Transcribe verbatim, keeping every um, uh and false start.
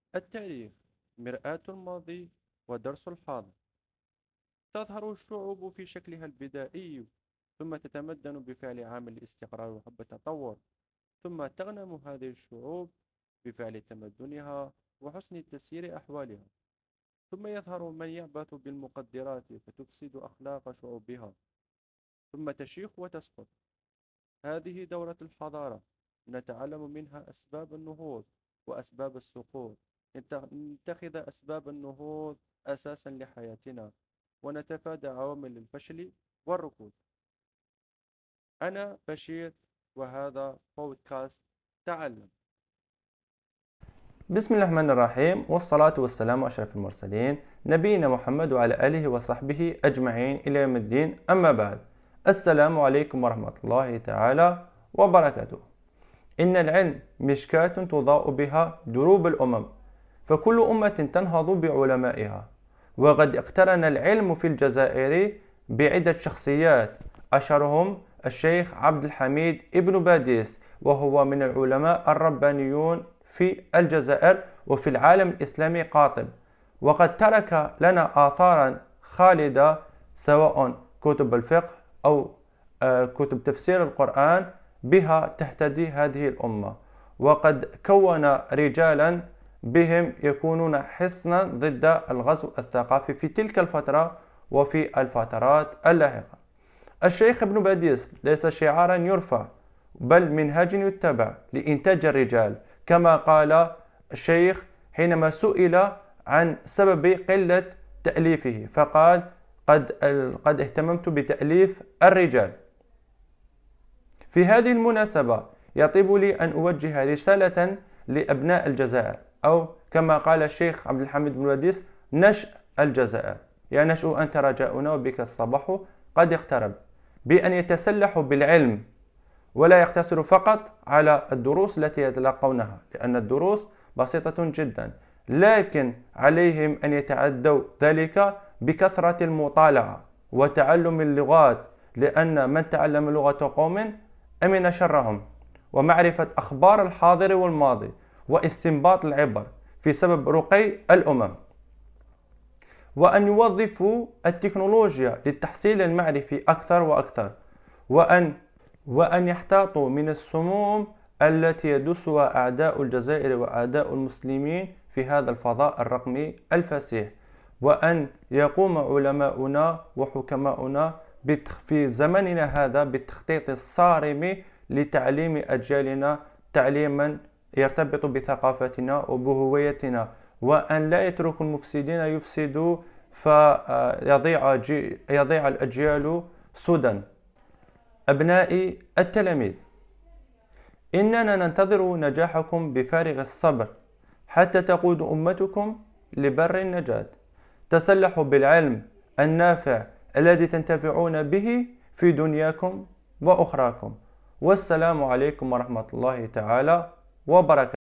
التاريخ مرآة الماضي ودرس الحاضر. تظهر الشعوب في شكلها البدائي، ثم تتمدن بفعل عامل الاستقرار وحب التطور، ثم تغنم هذه الشعوب بفعل تمدنها وحسن تسيير أحوالها، ثم يظهر من يعبث بالمقدرات فتفسد أخلاق شعوبها، ثم تشيخ وتسقط. هذه دورة الحضارة، نتعلم منها أسباب النهوض وأسباب السقوط، نت- نتخذ أسباب النهوض أساسا لحياتنا، ونتفادى عوامل الفشل والركود. أنا بشير، وهذا بودكاست تعلم. بسم الله الرحمن الرحيم، والصلاة والسلام على أشرف المرسلين نبينا محمد وعلى آله وصحبه أجمعين إلى يوم الدين. أما بعد، السلام عليكم ورحمة الله تعالى وبركاته. إن العلم مشكاة تضاء بها دروب الأمم، فكل أمة تنهض بعلمائها. وقد اقترن العلم في الجزائر بعدة شخصيات، أشهرهم الشيخ عبد الحميد ابن باديس، وهو من العلماء الربانيون في الجزائر وفي العالم الإسلامي قاطب، وقد ترك لنا آثارا خالدة، سواء كتب الفقه أو آه، كتب تفسير القرآن، بها تهتدي هذه الأمة. وقد كون رجالا بهم يكونون حصنا ضد الغزو الثقافي في تلك الفترة وفي الفترات اللاحقة. الشيخ ابن باديس ليس شعارا يرفع، بل منهاج يتبع لإنتاج الرجال، كما قال الشيخ حينما سئل عن سبب قلة تأليفه فقال: قد قد اهتممت بتأليف الرجال. في هذه المناسبة يطيب لي أن أوجه رسالة لأبناء الجزائر، أو كما قال الشيخ عبد الحميد بن باديس: نشأ الجزائر. يا نشأ أنت رجاؤنا وبك الصباح قد اقترب، بأن يتسلحوا بالعلم ولا يقتصروا فقط على الدروس التي يتلقونها، لأن الدروس بسيطة جدا، لكن عليهم أن يتعدوا ذلك بكثرة المطالعة وتعلم اللغات، لأن من تعلم لغة قوم أمن شرهم، ومعرفة أخبار الحاضر والماضي، واستنباط العبر في سبب رقي الأمم. وأن يوظفوا التكنولوجيا للتحصيل المعرفي أكثر وأكثر، وأن وأن يحتاطوا من السموم التي يدسها أعداء الجزائر وأعداء المسلمين في هذا الفضاء الرقمي الفسيح. وأن يقوم علماؤنا وحكماؤنا في زمننا هذا بالتخطيط الصارم لتعليم أجيالنا تعليما يرتبط بثقافتنا وبهويتنا، وأن لا يتركوا المفسدين يفسدوا فيضيع يضيع الأجيال سدى. أبنائي التلاميذ، إننا ننتظر نجاحكم بفارغ الصبر حتى تقود أمتكم لبر النجاة. تسلحوا بالعلم النافع الذي تنتفعون به في دنياكم وأخراكم. والسلام عليكم ورحمة الله تعالى وبركاته.